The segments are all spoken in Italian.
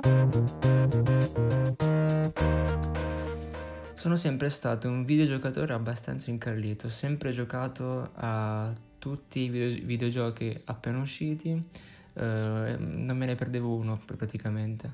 Sono sempre stato un videogiocatore abbastanza incallito, ho sempre giocato a tutti i videogiochi appena usciti, non me ne perdevo uno praticamente.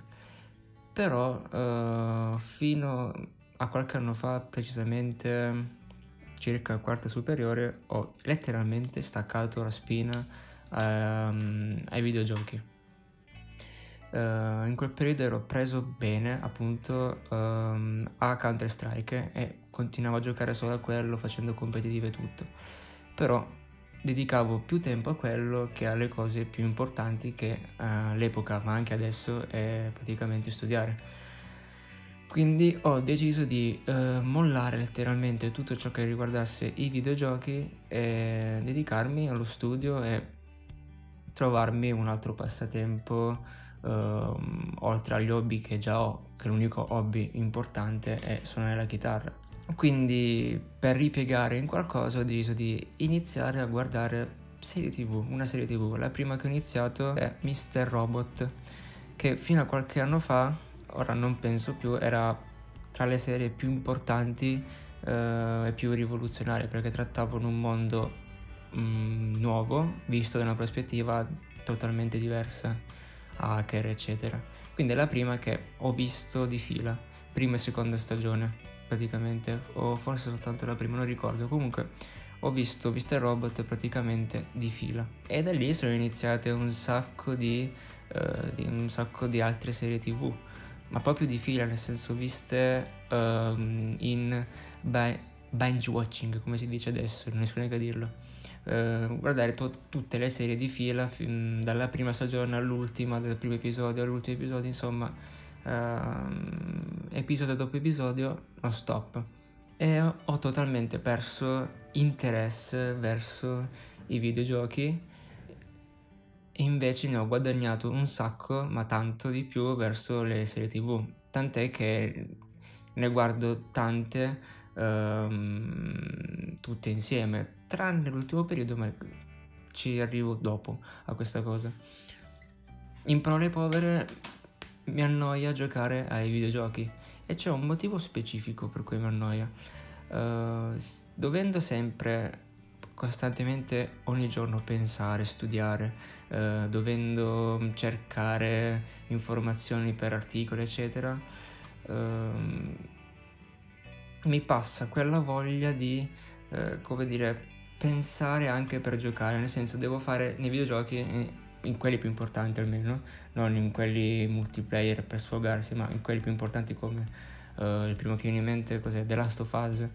Però fino a qualche anno fa, precisamente circa quarta superiore, ho letteralmente staccato la spina ai videogiochi. In quel periodo ero preso bene appunto a Counter Strike e continuavo a giocare solo a quello facendo competitive e tutto, però dedicavo più tempo a quello che alle cose più importanti che all'epoca, ma anche adesso, è praticamente studiare. Quindi ho deciso di mollare letteralmente tutto ciò che riguardasse i videogiochi e dedicarmi allo studio e trovarmi un altro passatempo oltre agli hobby che già ho, che l'unico hobby importante è suonare la chitarra. Quindi per ripiegare in qualcosa ho deciso di iniziare a guardare una serie tv. La prima che ho iniziato è Mr. Robot, che fino a qualche anno fa, ora non penso più, era tra le serie più importanti e più rivoluzionarie, perché trattavano un mondo nuovo, visto da una prospettiva totalmente diversa, hacker eccetera. Quindi è la prima che ho visto di fila, prima e seconda stagione praticamente, o forse soltanto la prima, non ricordo. Comunque ho visto Mr. Robot praticamente di fila e da lì sono iniziate un sacco di altre serie tv, ma proprio di fila, nel senso viste in binge watching, come si dice adesso, non riesco neanche a dirlo. Guardare tutte le serie di fila dalla prima stagione all'ultima, dal primo episodio all'ultimo episodio, insomma episodio dopo episodio non stop, e ho totalmente perso interesse verso i videogiochi e invece ne ho guadagnato un sacco, ma tanto di più, verso le serie tv, tant'è che ne guardo tante tutte insieme, tranne l'ultimo periodo, ma ci arrivo dopo a questa cosa. In parole povere, mi annoia giocare ai videogiochi e c'è un motivo specifico per cui mi annoia. Dovendo sempre costantemente ogni giorno pensare, studiare, dovendo cercare informazioni per articoli eccetera, mi passa quella voglia di come dire, pensare anche per giocare, nel senso devo fare nei videogiochi, in quelli più importanti almeno, non in quelli multiplayer per sfogarsi, ma in quelli più importanti come il primo che viene in mente, cos'è, The Last of Us,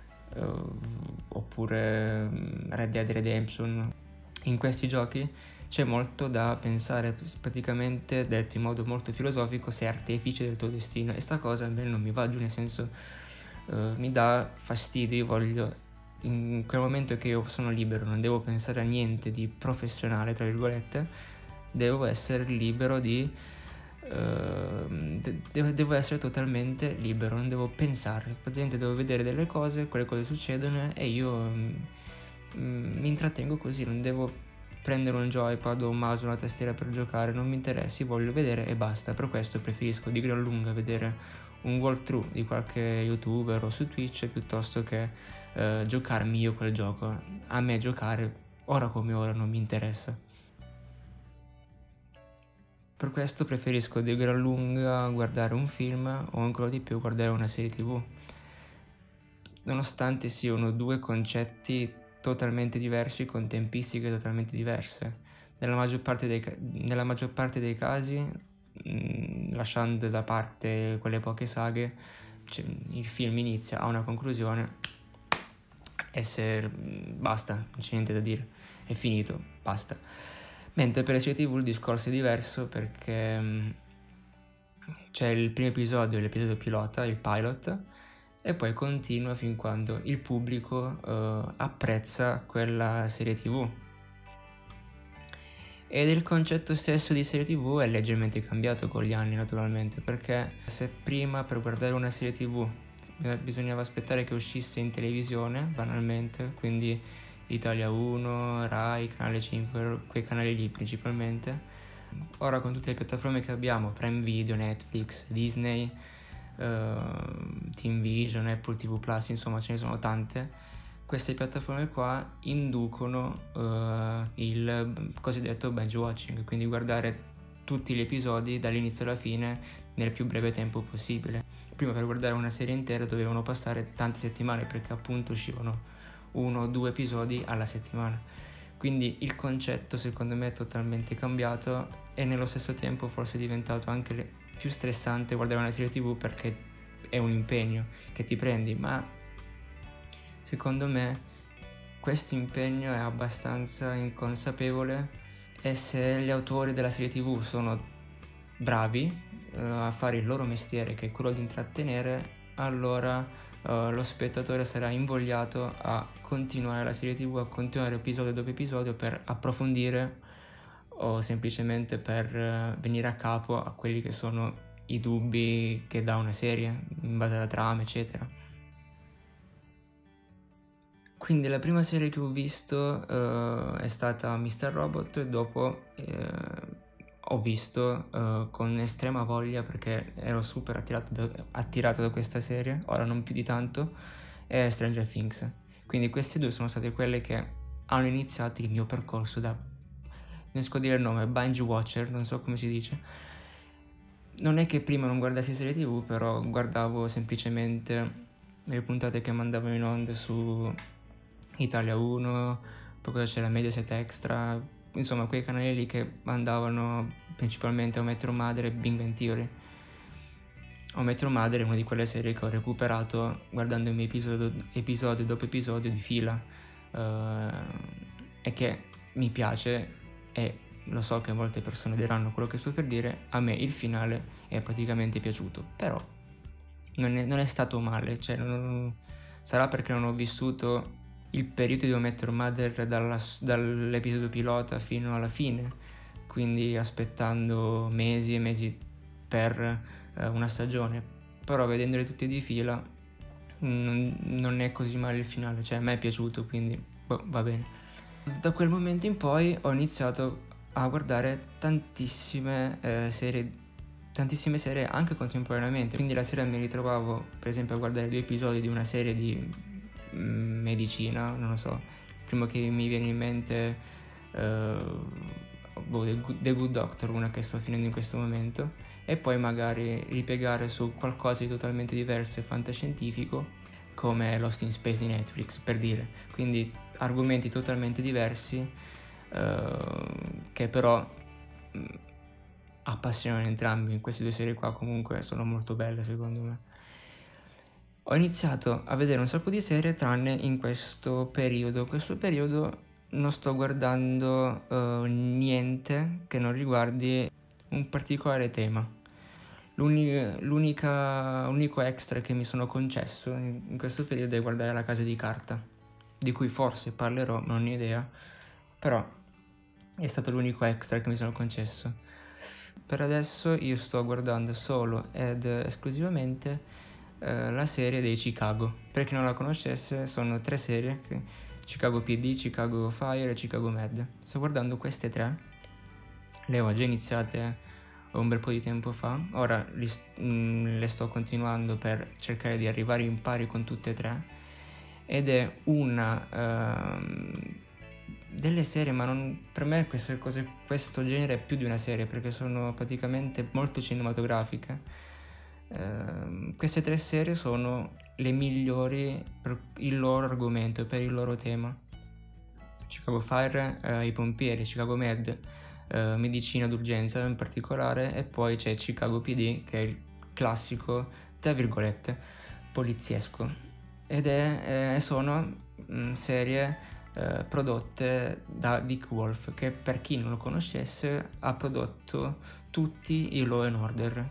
oppure Red Dead Redemption. In questi giochi c'è molto da pensare, praticamente detto in modo molto filosofico, sei artefice del tuo destino, e sta cosa a me non mi va giù, nel senso mi dà fastidio. Io voglio, in quel momento che io sono libero, non devo pensare a niente di professionale tra virgolette, devo essere libero di devo essere totalmente libero, non devo pensare, praticamente devo vedere delle cose, quelle cose succedono e io mi intrattengo così, non devo prendere un joypad o un mouse o una tastiera per giocare, non mi interessi, voglio vedere e basta. Per questo preferisco di gran lunga vedere un walkthrough di qualche youtuber o su Twitch piuttosto che giocarmi io quel gioco. A me giocare ora come ora non mi interessa. Per questo preferisco di gran lunga guardare un film o ancora di più guardare una serie tv, nonostante siano due concetti totalmente diversi con tempistiche totalmente diverse. Nella maggior parte dei casi, lasciando da parte quelle poche saghe, il film inizia, ha una conclusione e se basta, non c'è niente da dire, è finito, basta. Mentre per le serie tv il discorso è diverso, perché c'è il primo episodio, l'episodio pilota, il pilot, e poi continua fin quando il pubblico apprezza quella serie tv. Ed il concetto stesso di serie tv è leggermente cambiato con gli anni, naturalmente, perché se prima per guardare una serie tv bisognava aspettare che uscisse in televisione, banalmente, quindi Italia 1, Rai, Canale 5, quei canali lì principalmente, Ora con tutte le piattaforme che abbiamo, Prime Video, Netflix, Disney, Team Vision, Apple TV Plus, insomma ce ne sono tante, queste piattaforme qua inducono il cosiddetto binge watching, quindi guardare tutti gli episodi dall'inizio alla fine nel più breve tempo possibile. Prima per guardare una serie intera dovevano passare tante settimane, perché appunto uscivano 1 o 2 episodi alla settimana. Quindi il concetto secondo me è totalmente cambiato e nello stesso tempo forse è diventato anche più stressante guardare una serie TV, perché è un impegno che ti prendi, ma secondo me questo impegno è abbastanza inconsapevole, e se gli autori della serie TV sono bravi a fare il loro mestiere, che è quello di intrattenere, allora lo spettatore sarà invogliato a continuare la serie TV, a continuare episodio dopo episodio per approfondire o semplicemente per venire a capo a quelli che sono i dubbi che dà una serie in base alla trama, eccetera. Quindi la prima serie che ho visto è stata Mr. Robot, e dopo ho visto con estrema voglia, perché ero super attirato da questa serie, ora non più di tanto, è Stranger Things. Quindi queste due sono state quelle che hanno iniziato il mio percorso da, non so dire il nome, binge watcher, non so come si dice. Non è che prima non guardassi serie TV, però guardavo semplicemente le puntate che mandavano in onda su Italia 1, poi c'era Mediaset Extra, insomma quei canali lì che andavano principalmente a Metro Madre e Big Bang Theory. How Met Your Mother è una di quelle serie che ho recuperato guardandomi episodio dopo episodio di fila, e che mi piace, e lo so che molte persone diranno quello che sto per dire, a me il finale è praticamente piaciuto, però non è stato male, cioè sarà perché non ho vissuto il periodo di How I Met Your Mother dall'episodio pilota fino alla fine, quindi aspettando mesi e mesi per una stagione, però vedendole tutte di fila non è così male il finale, cioè a me è piaciuto, quindi va bene. Da quel momento in poi ho iniziato a guardare tantissime serie anche contemporaneamente, quindi la sera mi ritrovavo per esempio a guardare 2 episodi di una serie di medicina, non lo so, il primo che mi viene in mente The Good Doctor, una che sto finendo in questo momento, e poi magari ripiegare su qualcosa di totalmente diverso e fantascientifico come Lost in Space di Netflix, per dire. Quindi argomenti totalmente diversi che però appassionano entrambi. Queste 2 serie qua comunque sono molto belle secondo me. Ho iniziato a vedere un sacco di serie tranne in questo periodo. Questo periodo non sto guardando niente che non riguardi un particolare tema. L'unico extra che mi sono concesso in questo periodo è guardare La Casa di Carta, di cui forse parlerò, non ho idea, però è stato l'unico extra che mi sono concesso. Per adesso io sto guardando solo ed esclusivamente la serie dei Chicago. Per chi non la conoscesse, sono 3 serie, Chicago PD, Chicago Fire e Chicago Med. Sto guardando queste 3, le ho già iniziate un bel po' di tempo fa, ora le sto continuando per cercare di arrivare in pari con tutte e 3, ed è una delle serie, ma per me questo genere è più di una serie, perché sono praticamente molto cinematografiche. Queste 3 serie sono le migliori per il loro argomento e per il loro tema. Chicago Fire, i pompieri, Chicago Med, medicina d'urgenza in particolare, e poi c'è Chicago PD, che è il classico, tra virgolette, poliziesco, ed sono serie prodotte da Dick Wolf, che per chi non lo conoscesse ha prodotto tutti i Law and Order.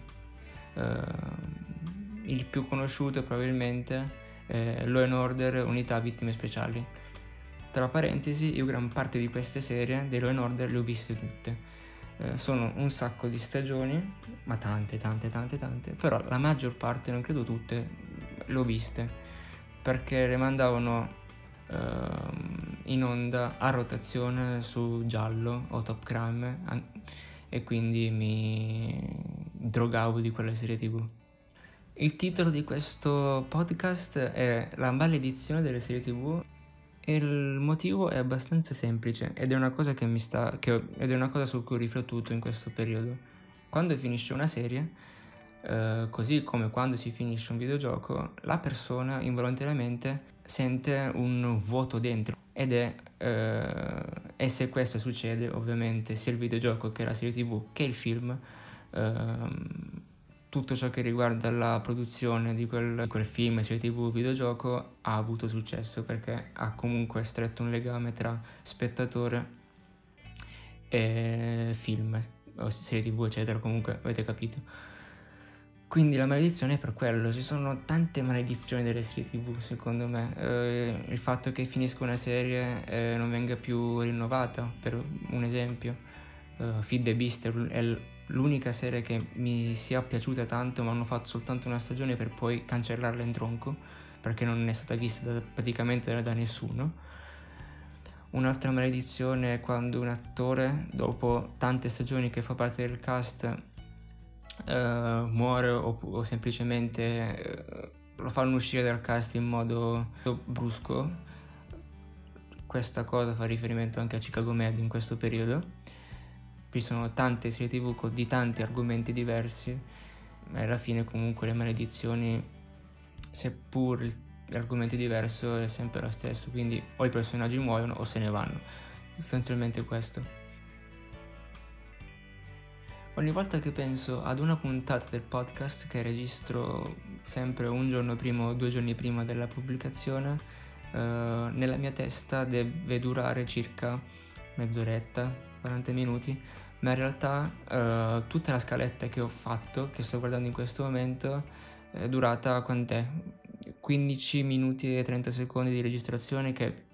Il più conosciuto probabilmente è Law and Order Unità Vittime Speciali. Tra parentesi, io gran parte di queste serie dei Law and Order le ho viste tutte. Sono un sacco di stagioni, ma tante, però la maggior parte, non credo tutte, le ho viste, perché le mandavano in onda a rotazione su Giallo o Top Crime, e quindi mi drogavo di quella serie TV. Il titolo di questo podcast è La maledizione delle serie TV e il motivo è abbastanza semplice ed è una cosa ed è una cosa su cui ho riflettuto in questo periodo. Quando finisce una serie, così come quando si finisce un videogioco, la persona involontariamente sente un vuoto dentro e se questo succede, ovviamente sia il videogioco che la serie TV che il film, tutto ciò che riguarda la produzione di quel film, serie TV, videogioco ha avuto successo perché ha comunque stretto un legame tra spettatore e film o serie TV, eccetera. Comunque avete capito. Quindi la maledizione è per quello. Ci sono tante maledizioni delle serie TV, secondo me. Il fatto che finisca una serie e non venga più rinnovata, per un esempio. Feed the Beast è l'unica serie che mi sia piaciuta tanto, ma hanno fatto soltanto una stagione per poi cancellarla in tronco perché non è stata vista praticamente da nessuno. Un'altra maledizione è quando un attore, dopo tante stagioni che fa parte del cast, muore o semplicemente lo fanno uscire dal cast in modo brusco. Questa cosa fa riferimento anche a Chicago Med in questo periodo. Ci sono tante serie TV di tanti argomenti diversi, ma alla fine comunque le maledizioni, seppur l'argomento è diverso, è sempre lo stesso, quindi o i personaggi muoiono o se ne vanno, sostanzialmente questo. Ogni volta che penso ad una puntata del podcast che registro sempre un giorno prima o 2 giorni prima della pubblicazione, nella mia testa deve durare circa mezz'oretta, 40 minuti, ma in realtà tutta la scaletta che ho fatto, che sto guardando in questo momento, è durata quant'è? 15 minuti e 30 secondi di registrazione che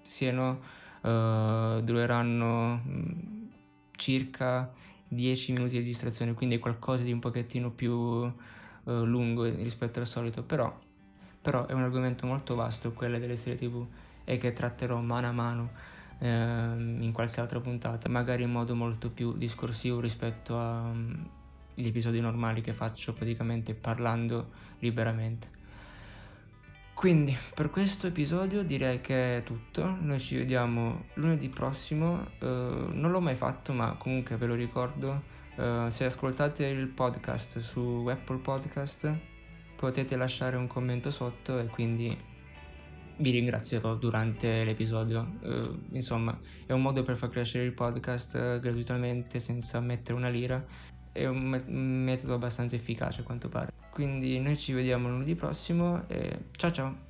dureranno circa 10 minuti di registrazione, quindi qualcosa di un pochettino più lungo rispetto al solito, però è un argomento molto vasto quello delle serie TV e che tratterò mano a mano in qualche altra puntata, magari in modo molto più discorsivo rispetto agli episodi normali che faccio praticamente parlando liberamente. Quindi per questo episodio direi che è tutto. Noi ci vediamo lunedì prossimo. Non l'ho mai fatto, ma comunque ve lo ricordo. Se ascoltate il podcast su Apple Podcast potete lasciare un commento sotto e quindi vi ringrazierò durante l'episodio. Insomma, è un modo per far crescere il podcast gratuitamente senza mettere una lira. È un metodo abbastanza efficace a quanto pare. Quindi noi ci vediamo lunedì prossimo e ciao ciao!